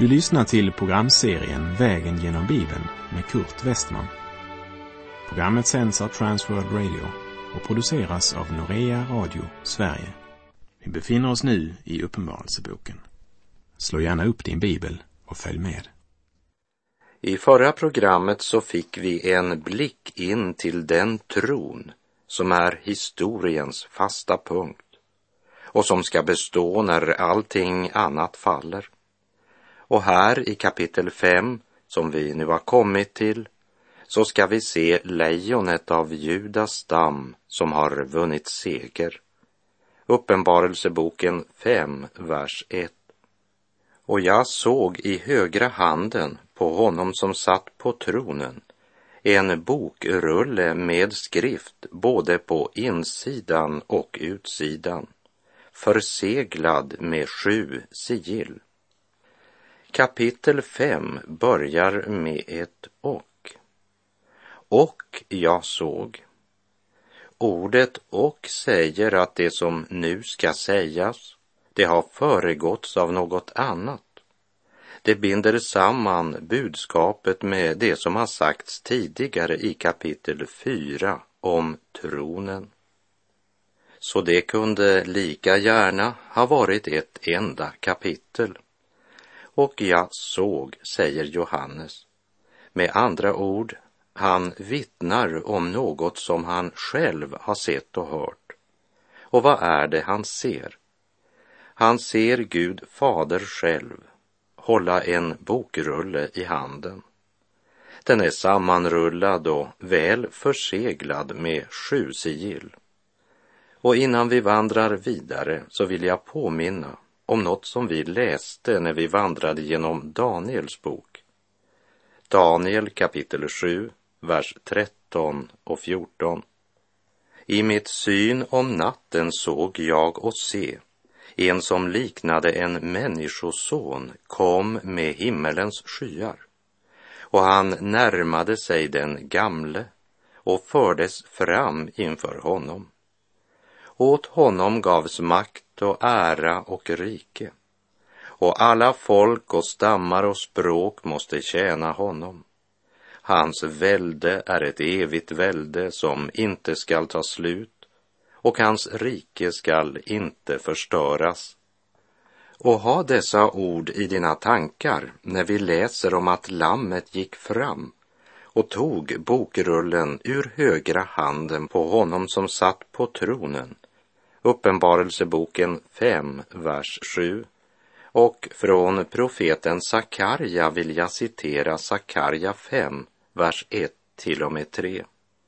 Du lyssnar till programserien Vägen genom Bibeln med Kurt Westman. Programmet sänds av Transworld Radio och produceras av Norea Radio Sverige. Vi befinner oss nu i Uppenbarelseboken. Slå gärna upp din bibel och följ med. I förra programmet så fick vi en blick in till den tron som är historiens fasta punkt och som ska bestå när allting annat faller. Och här i kapitel 5, som vi nu har kommit till, så ska vi se lejonet av Judas stam som har vunnit seger. Uppenbarelseboken 5, vers 1. Och jag såg i högra handen på honom som satt på tronen en bokrulle med skrift både på insidan och utsidan, förseglad med 7 sigill. Kapitel 5 börjar med ett och. Och jag såg. Ordet och säger att det som nu ska sägas, det har föregåtts av något annat. Det binder samman budskapet med det som har sagts tidigare i kapitel 4 om tronen. Så det kunde lika gärna ha varit ett enda kapitel. Och jag såg, säger Johannes. Med andra ord, han vittnar om något som han själv har sett och hört. Och vad är det han ser? Han ser Gud fader själv hålla en bokrulle i handen. Den är sammanrullad och väl förseglad med 7 sigill. Och innan vi vandrar vidare så vill jag påminna om något som vi läste när vi vandrade genom Daniels bok. Daniel kapitel 7, vers 13 och 14. I mitt syn om natten såg jag och se, en som liknade en människoson kom med himmelens skyar. Och han närmade sig den gamle och fördes fram inför honom. Åt honom gavs makt och ära och rike, och alla folk och stammar och språk måste tjäna honom. Hans välde är ett evigt välde som inte skall ta slut, och hans rike skall inte förstöras. Och ha dessa ord i dina tankar när vi läser om att lammet gick fram och tog bokrullen ur högra handen på honom som satt på tronen. Uppenbarelseboken 5, vers 7. Och från profeten Sakarja vill jag citera Sakarja 5, vers 1 till och med 3.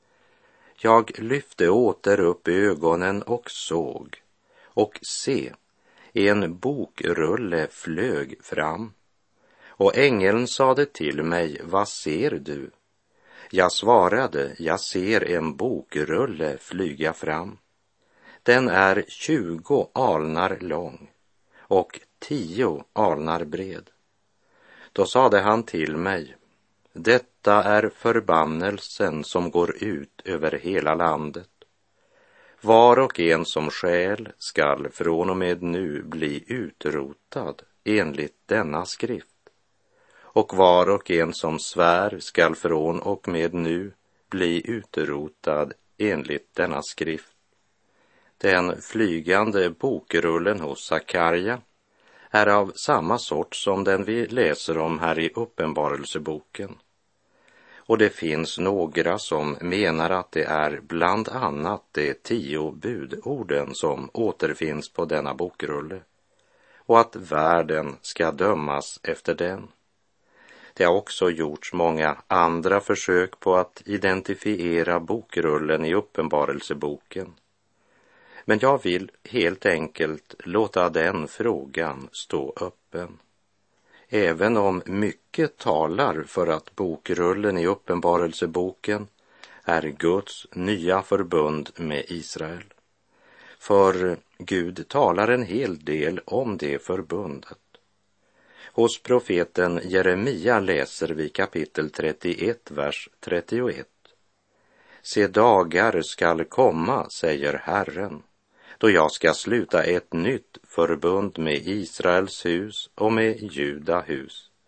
Jag lyfte åter upp ögonen och såg, och se, en bokrulle flög fram. Och ängeln sade till mig, vad ser du? Jag svarade, jag ser en bokrulle flyga fram. Den är 20 alnar lång och 10 alnar bred. Då sade han till mig, detta är förbannelsen som går ut över hela landet. Var och en som stjäl skall från och med nu bli utrotad enligt denna skrift. Och var och en som svär skall från och med nu bli utrotad enligt denna skrift. Den flygande bokrullen hos Sakarja är av samma sort som den vi läser om här i Uppenbarelseboken. Och det finns några som menar att det är bland annat de 10 budorden som återfinns på denna bokrulle, och att världen ska dömas efter den. Det har också gjorts många andra försök på att identifiera bokrullen i Uppenbarelseboken. Men jag vill helt enkelt låta den frågan stå öppen. Även om mycket talar för att bokrullen i Uppenbarelseboken är Guds nya förbund med Israel. För Gud talar en hel del om det förbundet. Hos profeten Jeremia läser vi kapitel 31, vers 31. Se, dagar skall komma, säger Herren, då jag ska sluta ett nytt förbund med Israels hus och med Juda hus.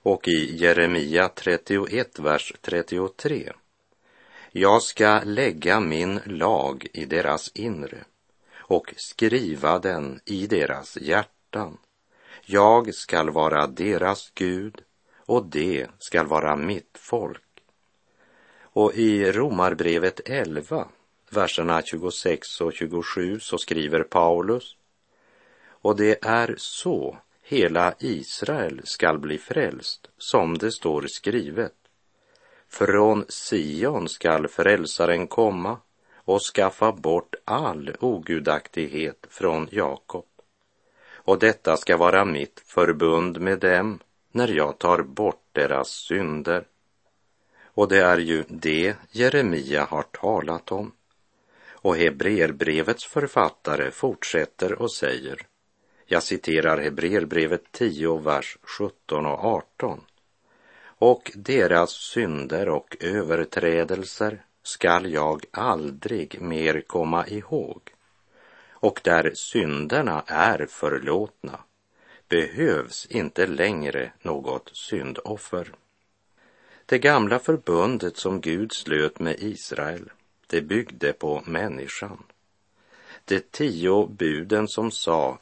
Och i Jeremia 31, vers 33. Jag ska lägga min lag i deras inre och skriva den i deras hjärtan. Jag skall vara deras Gud och det skall vara mitt folk. Och i Romarbrevet 11, verserna 26 och 27 så skriver Paulus: och det är så hela Israel skall bli frälst, som det står skrivet. Från Sion skall frälsaren komma och skaffa bort all ogudaktighet från Jakob. Och detta ska vara mitt förbund med dem när jag tar bort deras synder. Och det är ju det Jeremia har talat om. Och Hebreerbrevets författare fortsätter och säger, jag citerar Hebreerbrevet 10, vers 17 och 18. Och deras synder och överträdelser skall jag aldrig mer komma ihåg. Och där synderna är förlåtna behövs inte längre något syndoffer. Det gamla förbundet som Gud slöt med Israel, det byggde på människan. De 10 buden som sa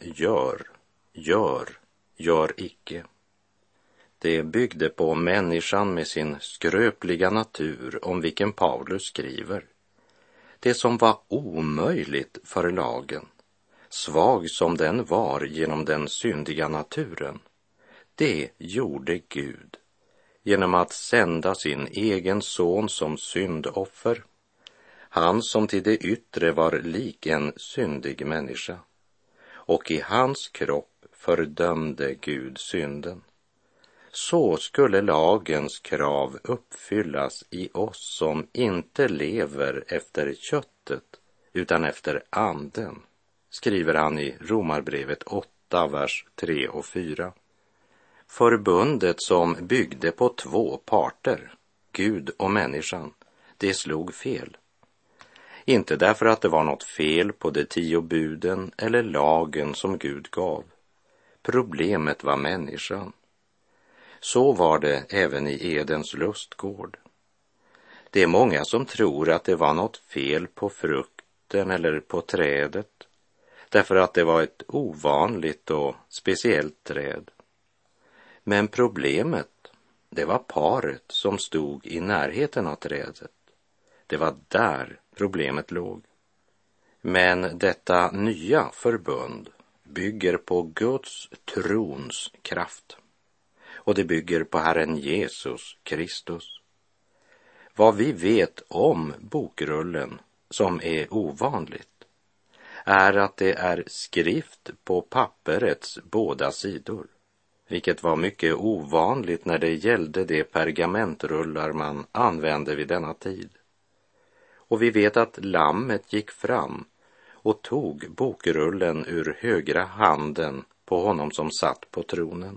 gör icke. Det byggde på människan med sin skröpliga natur om vilken Paulus skriver. Det som var omöjligt för lagen, svag som den var genom den syndiga naturen, det gjorde Gud genom att sända sin egen son som syndoffer. Han som till det yttre var lik en syndig människa. Och i hans kropp fördömde Gud synden. Så skulle lagens krav uppfyllas i oss som inte lever efter köttet utan efter anden, skriver han i Romarbrevet 8, vers 3 och 4. Förbundet som byggde på 2 parter, Gud och människan, det slog fel. Inte därför att det var något fel på de 10 buden eller lagen som Gud gav. Problemet var människan. Så var det även i Edens lustgård. Det är många som tror att det var något fel på frukten eller på trädet, därför att det var ett ovanligt och speciellt träd. Men problemet, det var paret som stod i närheten av trädet. Det var där problemet låg. Men detta nya förbund bygger på Guds trons kraft. Och det bygger på Herren Jesus Kristus. Vad vi vet om bokrullen, som är ovanligt, är att det är skrift på papperets båda sidor, vilket var mycket ovanligt när det gällde de pergamentrullar man använde vid denna tid. Och vi vet att lammet gick fram och tog bokrullen ur högra handen på honom som satt på tronen.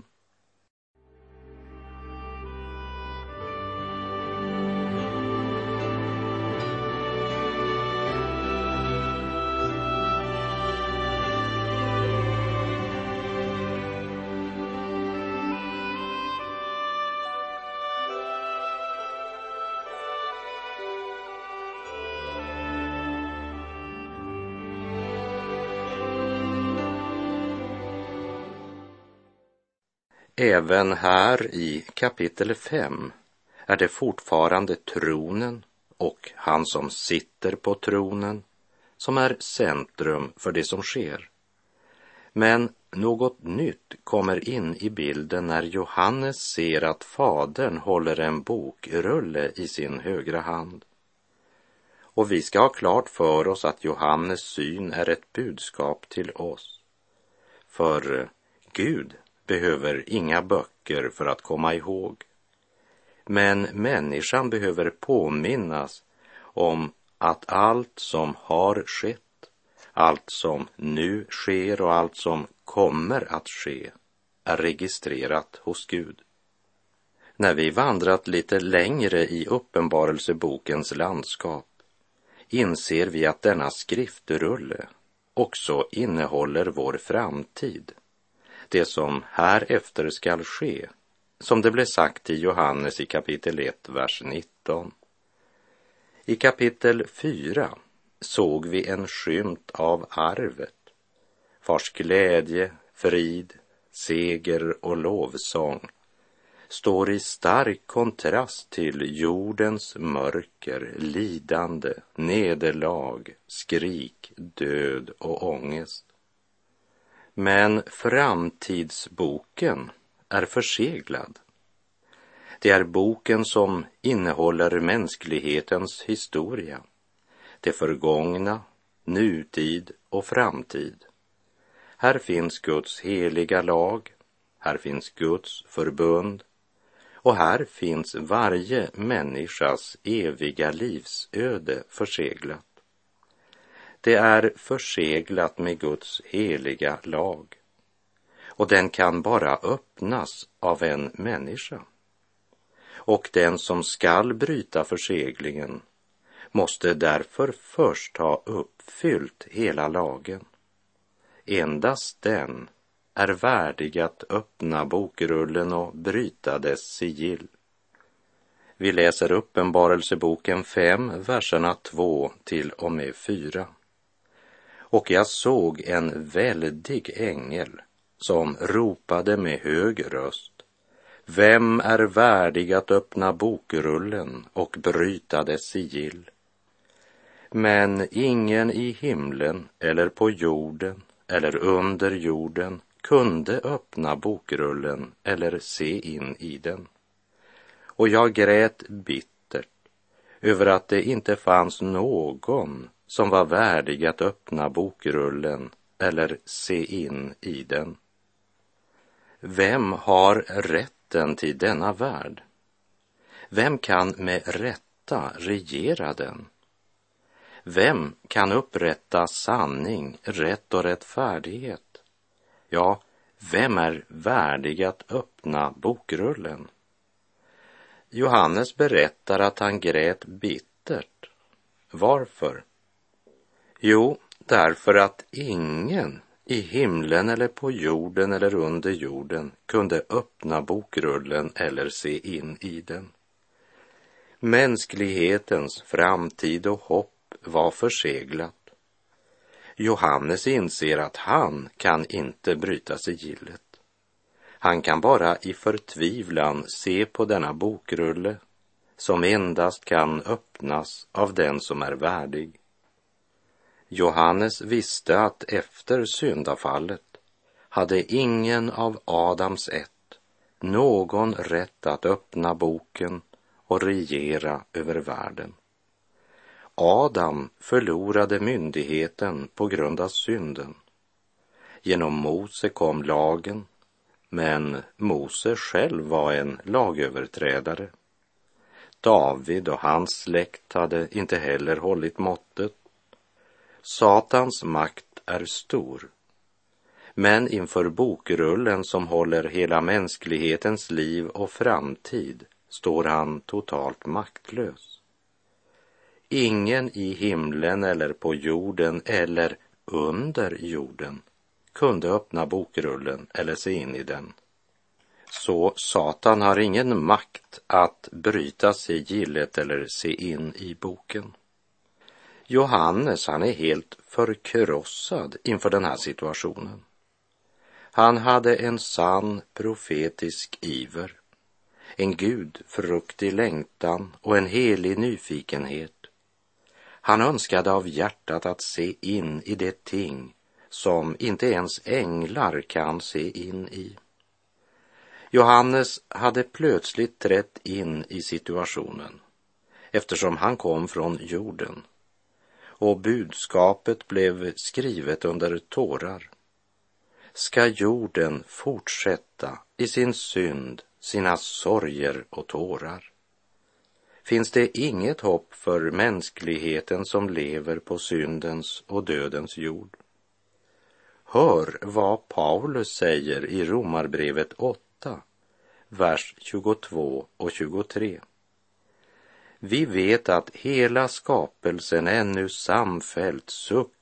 Även här i kapitel 5 är det fortfarande tronen och han som sitter på tronen som är centrum för det som sker. Men något nytt kommer in i bilden när Johannes ser att fadern håller en bokrulle i sin högra hand. Och vi ska ha klart för oss att Johannes syn är ett budskap till oss. För Gud behöver inga böcker för att komma ihåg. Men människan behöver påminnas om att allt som har skett, allt som nu sker och allt som kommer att ske är registrerat hos Gud. När vi vandrat lite längre i uppenbarelsebokens landskap inser vi att denna skriftrulle också innehåller vår framtid. Det som här efter skall ske, som det blev sagt i Johannes i kapitel 1, vers 19. I kapitel 4 såg vi en skymt av arvet, vars glädje, frid, seger och lovsång står i stark kontrast till jordens mörker, lidande, nederlag, skrik, död och ångest. Men framtidsboken är förseglad. Det är boken som innehåller mänsklighetens historia, det förgångna, nutid och framtid. Här finns Guds heliga lag, här finns Guds förbund och här finns varje människas eviga livsöde förseglat. Det är förseglat med Guds heliga lag och den kan bara öppnas av en människa. Och den som skall bryta förseglingen måste därför först ha uppfyllt hela lagen. Endast den är värdig att öppna bokrullen och bryta dess sigill. Vi läser Uppenbarelseboken 5, verserna 2 till och med 4. Och jag såg en väldig ängel som ropade med hög röst: vem är värdig att öppna bokrullen och bryta dess sigill? Men ingen i himlen eller på jorden eller under jorden kunde öppna bokrullen eller se in i den. Och jag grät bittert över att det inte fanns någon som var värdig att öppna bokrullen eller se in i den. Vem har rätten till denna värld? Vem kan med rätta regera den? Vem kan upprätta sanning, rätt och rättfärdighet? Ja, vem är värdig att öppna bokrullen? Johannes berättar att han grät bittert. Varför? Jo, därför att ingen i himlen eller på jorden eller under jorden kunde öppna bokrullen eller se in i den. Mänsklighetens framtid och hopp var förseglat. Johannes inser att han kan inte bryta sigillet. Han kan bara i förtvivlan se på denna bokrulle som endast kan öppnas av den som är värdig. Johannes visste att efter syndafallet hade ingen av Adams ett någon rätt att öppna boken och regera över världen. Adam förlorade myndigheten på grund av synden. Genom Mose kom lagen, men Mose själv var en lagöverträdare. David och hans släkt hade inte heller hållit måttet. Satans makt är stor, men inför bokrullen som håller hela mänsklighetens liv och framtid står han totalt maktlös. Ingen i himlen eller på jorden eller under jorden kunde öppna bokrullen eller se in i den. Så Satan har ingen makt att bryta sigillet eller se in i boken. Johannes, han är helt förkrossad inför den här situationen. Han hade en sann profetisk iver, en gudfruktig längtan och en helig nyfikenhet. Han önskade av hjärtat att se in i det ting som inte ens änglar kan se in i. Johannes hade plötsligt trätt in i situationen eftersom han kom från jorden och budskapet blev skrivet under tårar. Ska jorden fortsätta i sin synd, sina sorger och tårar? Finns det inget hopp för mänskligheten som lever på syndens och dödens jord? Hör vad Paulus säger i Romarbrevet 8, vers 22 och 23. Vi vet att hela skapelsen ännu samfällt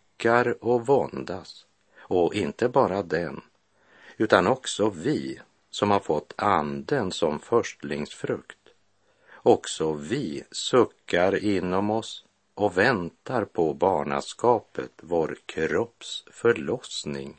suckar och våndas, och inte bara den, utan också vi som har fått anden som förstlingsfrukt. Också vi suckar inom oss och väntar på barnaskapet, vår kropps förlossning.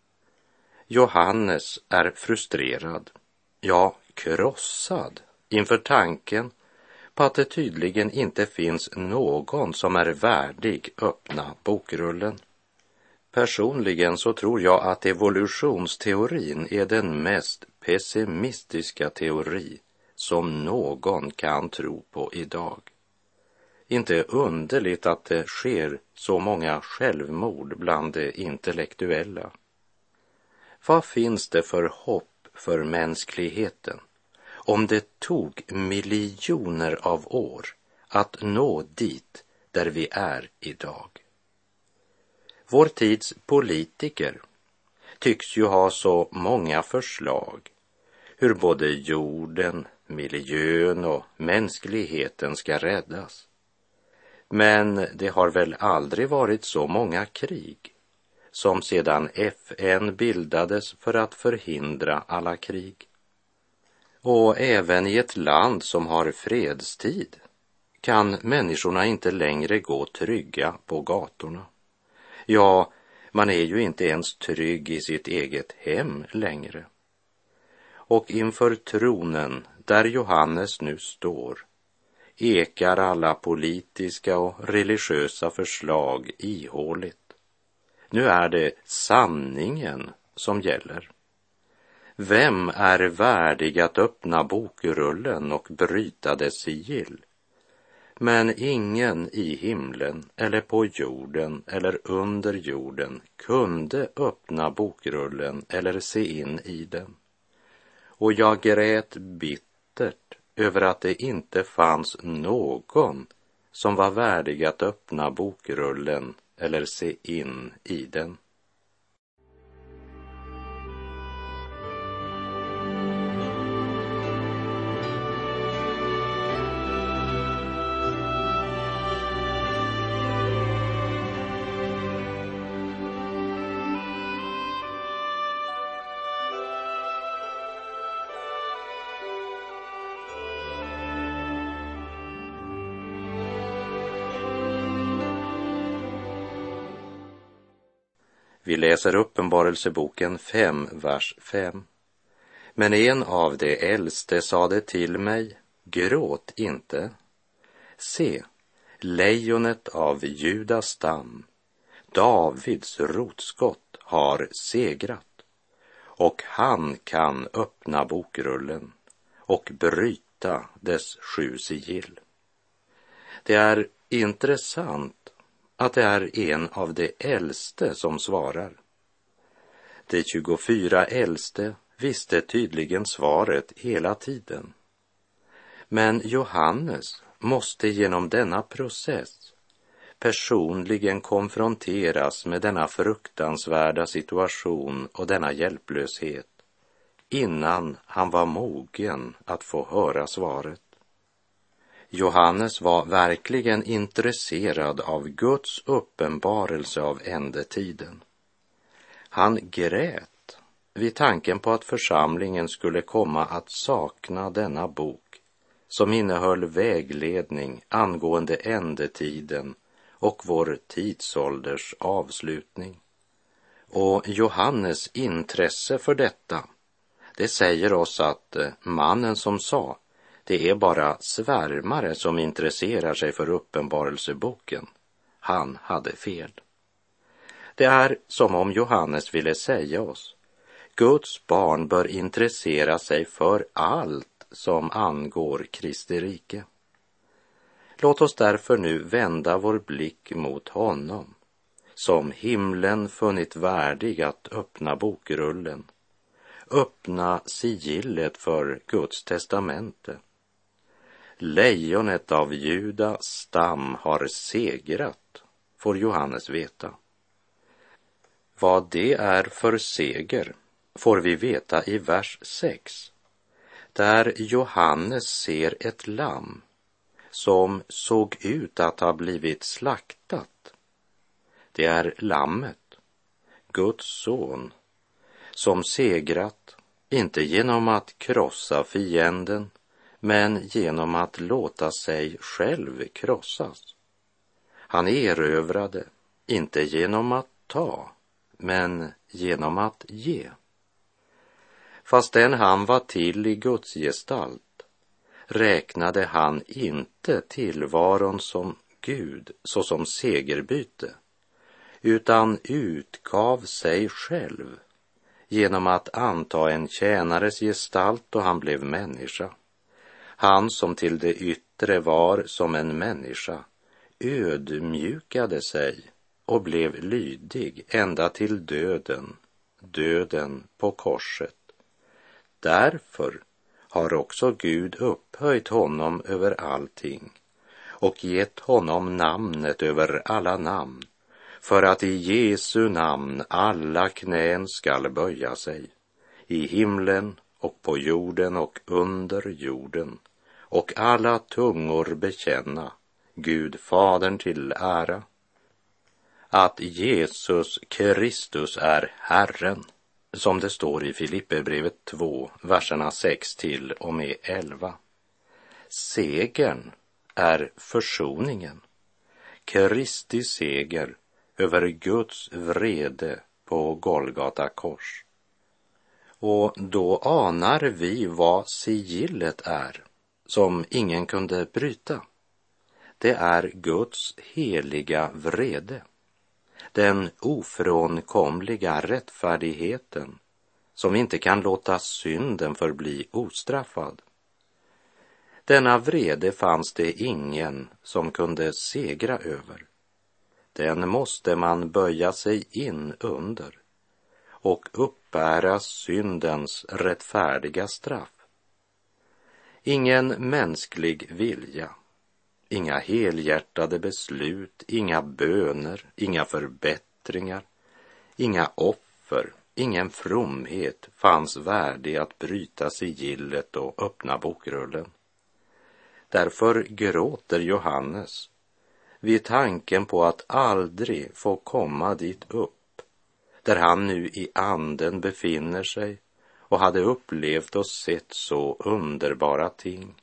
Johannes är frustrerad, ja krossad, inför tanken på att det tydligen inte finns någon som är värdig öppna bokrullen. Personligen så tror jag att evolutionsteorin är den mest pessimistiska teori som någon kan tro på idag. Inte underligt att det sker så många självmord bland de intellektuella. Vad finns det för hopp för mänskligheten om det tog miljoner av år att nå dit där vi är idag? Vår tids politiker tycks ju ha så många förslag hur både jorden, miljön och mänskligheten ska räddas. Men det har väl aldrig varit så många krig som sedan FN bildades för att förhindra alla krig. Och även i ett land som har fredstid kan människorna inte längre gå trygga på gatorna. Ja, man är ju inte ens trygg i sitt eget hem längre. Och inför tronen där Johannes nu står ekar alla politiska och religiösa förslag ihåligt. Nu är det sanningen som gäller. Vem är värdig att öppna bokrullen och bryta dess sigill? Men ingen i himlen eller på jorden eller under jorden kunde öppna bokrullen eller se in i den. Och jag grät bittert över att det inte fanns någon som var värdig att öppna bokrullen eller se in i den. Vi läser Uppenbarelseboken 5, vers 5. Men en av de äldste sade till mig, gråt inte. Se, lejonet av Judas stam, Davids rotskott, har segrat, och han kan öppna bokrullen och bryta dess 7 sigill. Det är intressant att det är en av de äldste som svarar. De 24 äldste visste tydligen svaret hela tiden. Men Johannes måste genom denna process personligen konfronteras med denna fruktansvärda situation och denna hjälplöshet innan han var mogen att få höra svaret. Johannes var verkligen intresserad av Guds uppenbarelse av ändetiden. Han grät vid tanken på att församlingen skulle komma att sakna denna bok som innehöll vägledning angående ändetiden och vår tidsålders avslutning. Och Johannes intresse för detta, det säger oss att mannen som sa det är bara svärmare som intresserar sig för uppenbarelseboken, han hade fel. Det är som om Johannes ville säga oss, Guds barn bör intressera sig för allt som angår Kristi rike. Låt oss därför nu vända vår blick mot honom, som himlen funnit värdig att öppna bokrullen, öppna sigillet för Guds testamente. Lejonet av Judas stam har segrat, får Johannes veta. Vad det är för seger får vi veta i vers 6, där Johannes ser ett lamm som såg ut att ha blivit slaktat. Det är lammet, Guds son, som segrat inte genom att krossa fienden, men genom att låta sig själv krossas. Han erövrade, inte genom att ta, men genom att ge. Fastän han var till i Guds gestalt, räknade han inte tillvaron som Gud såsom segerbyte, utan utgav sig själv genom att anta en tjänares gestalt då han blev människa. Han som till det yttre var som en människa ödmjukade sig och blev lydig ända till döden, döden på korset. Därför har också Gud upphöjt honom över allting och gett honom namnet över alla namn, för att i Jesu namn alla knän skall böja sig, i himlen och på jorden och under jorden, och alla tungor bekänna Gud Fadern till ära, att Jesus Kristus är Herren, som det står i Filipperbrevet 2, verserna 6 till och med 11. Segern är försoningen, Kristi seger över Guds vrede på Golgata kors. Och då anar vi vad sigillet är, som ingen kunde bryta. Det är Guds heliga vrede, den ofrånkomliga rättfärdigheten som inte kan låta synden förbli ostraffad. Denna vrede fanns det ingen som kunde segra över. Den måste man böja sig in under och uppbära syndens rättfärdiga straff. Ingen mänsklig vilja, inga helhjärtade beslut, inga böner, inga förbättringar, inga offer, ingen fromhet fanns värdig att bryta sigillet och öppna bokrullen. Därför gråter Johannes vid tanken på att aldrig få komma dit upp, där han nu i anden befinner sig och hade upplevt och sett så underbara ting.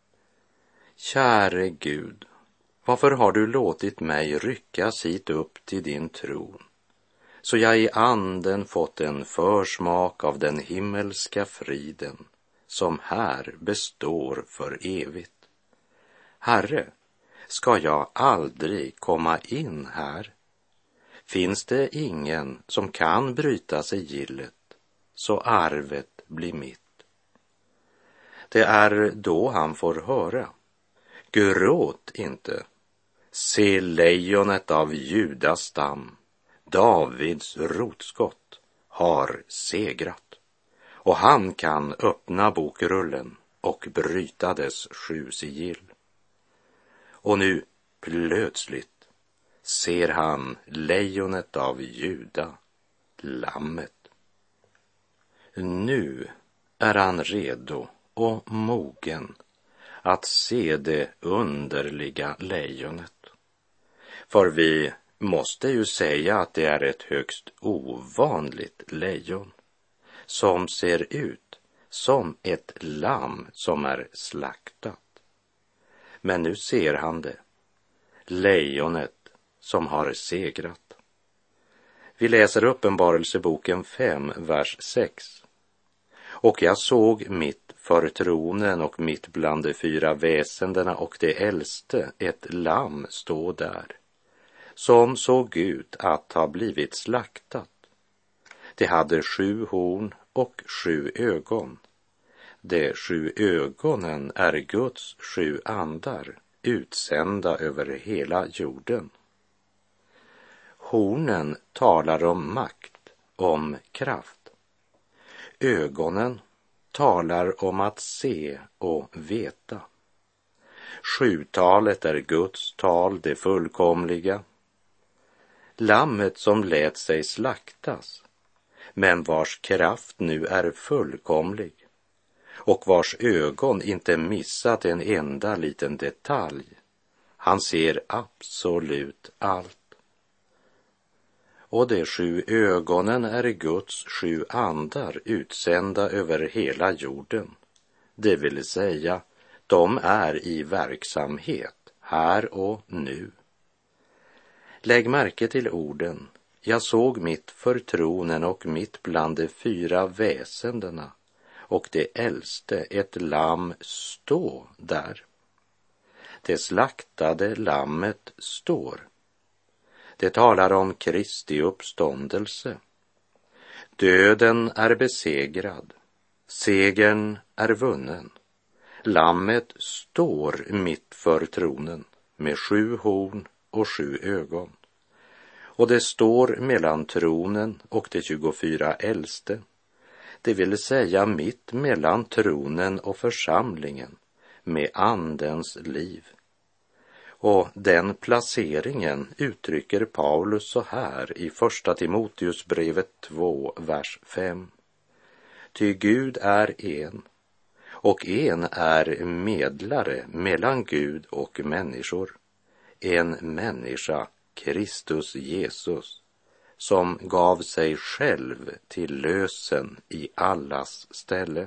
Käre Gud, varför har du låtit mig ryckas hit upp till din tron, så jag i anden fått en försmak av den himmelska friden som här består för evigt. Herre, ska jag aldrig komma in här? Finns det ingen som kan bryta sigillet, så arvet blir mitt. Det är då han får höra: gråt inte, se lejonet av Judas stam, Davids rotskott, har segrat, och han kan öppna bokrullen och bryta dess 7 sigill. Och nu plötsligt ser han lejonet av Juda, lammet. Nu är han redo och mogen att se det underliga lejonet. För vi måste ju säga att det är ett högst ovanligt lejon som ser ut som ett lamm som är slaktat. Men nu ser han det, lejonet som har segrat. Vi läser Uppenbarelseboken 5, vers 6. Och jag såg mitt för tronen och mitt bland de 4 väsendena och det äldste ett lamm stå där, som såg ut att ha blivit slaktat. Det hade 7 horn och 7 ögon. De 7 ögonen är Guds 7 andar, utsända över hela jorden. Hornen talar om makt, om kraft. Ögonen talar om att se och veta. 7-talet är Guds tal, det fullkomliga. Lammet som lät sig slaktas, men vars kraft nu är fullkomlig, och vars ögon inte missat en enda liten detalj. Han ser absolut allt. Och de 7 ögonen är Guds 7 andar utsända över hela jorden. Det vill säga, de är i verksamhet här och nu. Lägg märke till orden: jag såg mitt för tronen och mitt bland de 4 väsendena och det äldste ett lamm stå där. Det slaktade lammet står. Det talar om Kristi uppståndelse. Döden är besegrad. Segern är vunnen. Lammet står mitt för tronen med 7 horn och 7 ögon. Och det står mellan tronen och de 24 äldste. Det vill säga mitt mellan tronen och församlingen med andens liv. Och den placeringen uttrycker Paulus så här i första Timoteusbrevet 2, vers 5. Ty Gud är en, och en är medlare mellan Gud och människor, en människa, Kristus Jesus, som gav sig själv till lösen i allas ställe.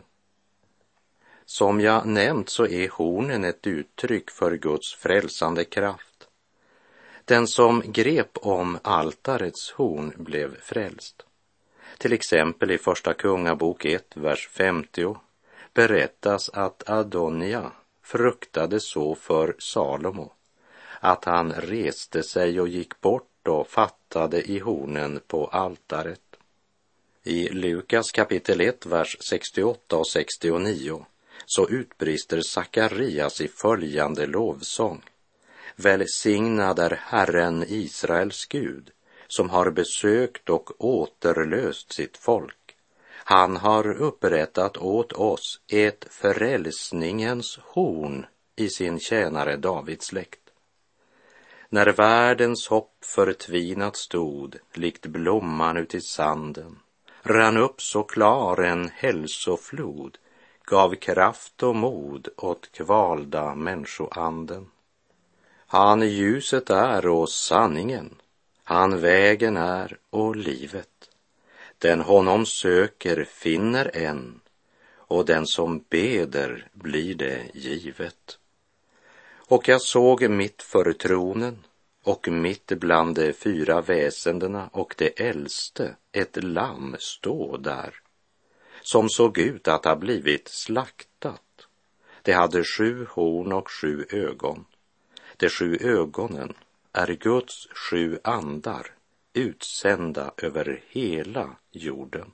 Som jag nämnt så är hornen ett uttryck för Guds frälsande kraft. Den som grep om altarets horn blev frälst. Till exempel i första Kungabok 1, vers 50 berättas att Adonia fruktade så för Salomo att han reste sig och gick bort och fattade i hornen på altaret. I Lukas kapitel 1, vers 68 och 69 så utbrister Sakarias i följande lovsång: välsignad är Herren Israels Gud, som har besökt och återlöst sitt folk. Han har upprättat åt oss ett frälsningens horn i sin tjänare Davids släkt. När världens hopp förtvinat stod, likt blomman ut i sanden, rann upp så klar en hälsoflod, gav kraft och mod åt kvalda människoanden. Han ljuset är och sanningen, han vägen är och livet. Den honom söker finner en, och den som beder blir det givet. Och jag såg mitt för tronen och mitt bland de 4 väsendena och det äldste ett lamm stå där, som såg ut att ha blivit slaktat. Det hade 7 horn och 7 ögon. De 7 ögonen är Guds 7 andar utsända över hela jorden.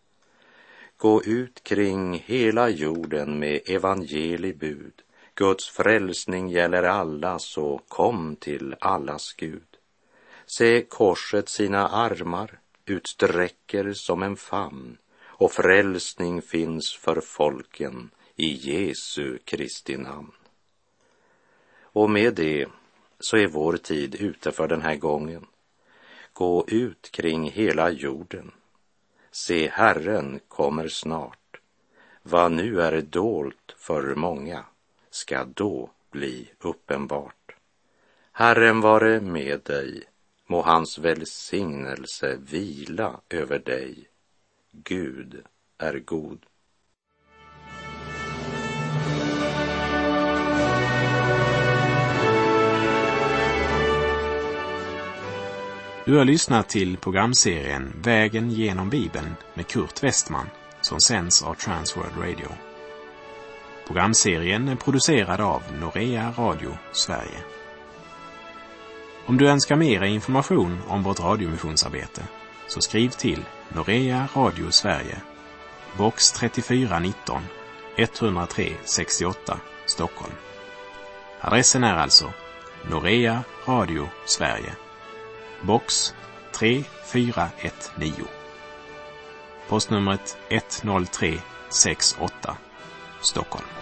Gå ut kring hela jorden med evangelibud. Guds frälsning gäller alla, så kom till allas Gud. Se, korset sina armar utsträcker som en famn, och frälsning finns för folken i Jesu Kristi namn. Och med det så är vår tid ute för den här gången. Gå ut kring hela jorden. Se, Herren kommer snart. Vad nu är dolt för många ska då bli uppenbart. Herren vare med dig, må hans välsignelse vila över dig. Gud är god. Du har lyssnat till programserien Vägen genom Bibeln med Kurt Westman, som sänds av Transworld Radio. Programserien är producerad av Norea Radio Sverige. Om du önskar mer information om vårt radiomissionsarbete så skriv till Norea Radio Sverige, box 3419 103 68 Stockholm. Adressen är alltså Norea Radio Sverige, box 3419. Postnumret 10368 Stockholm.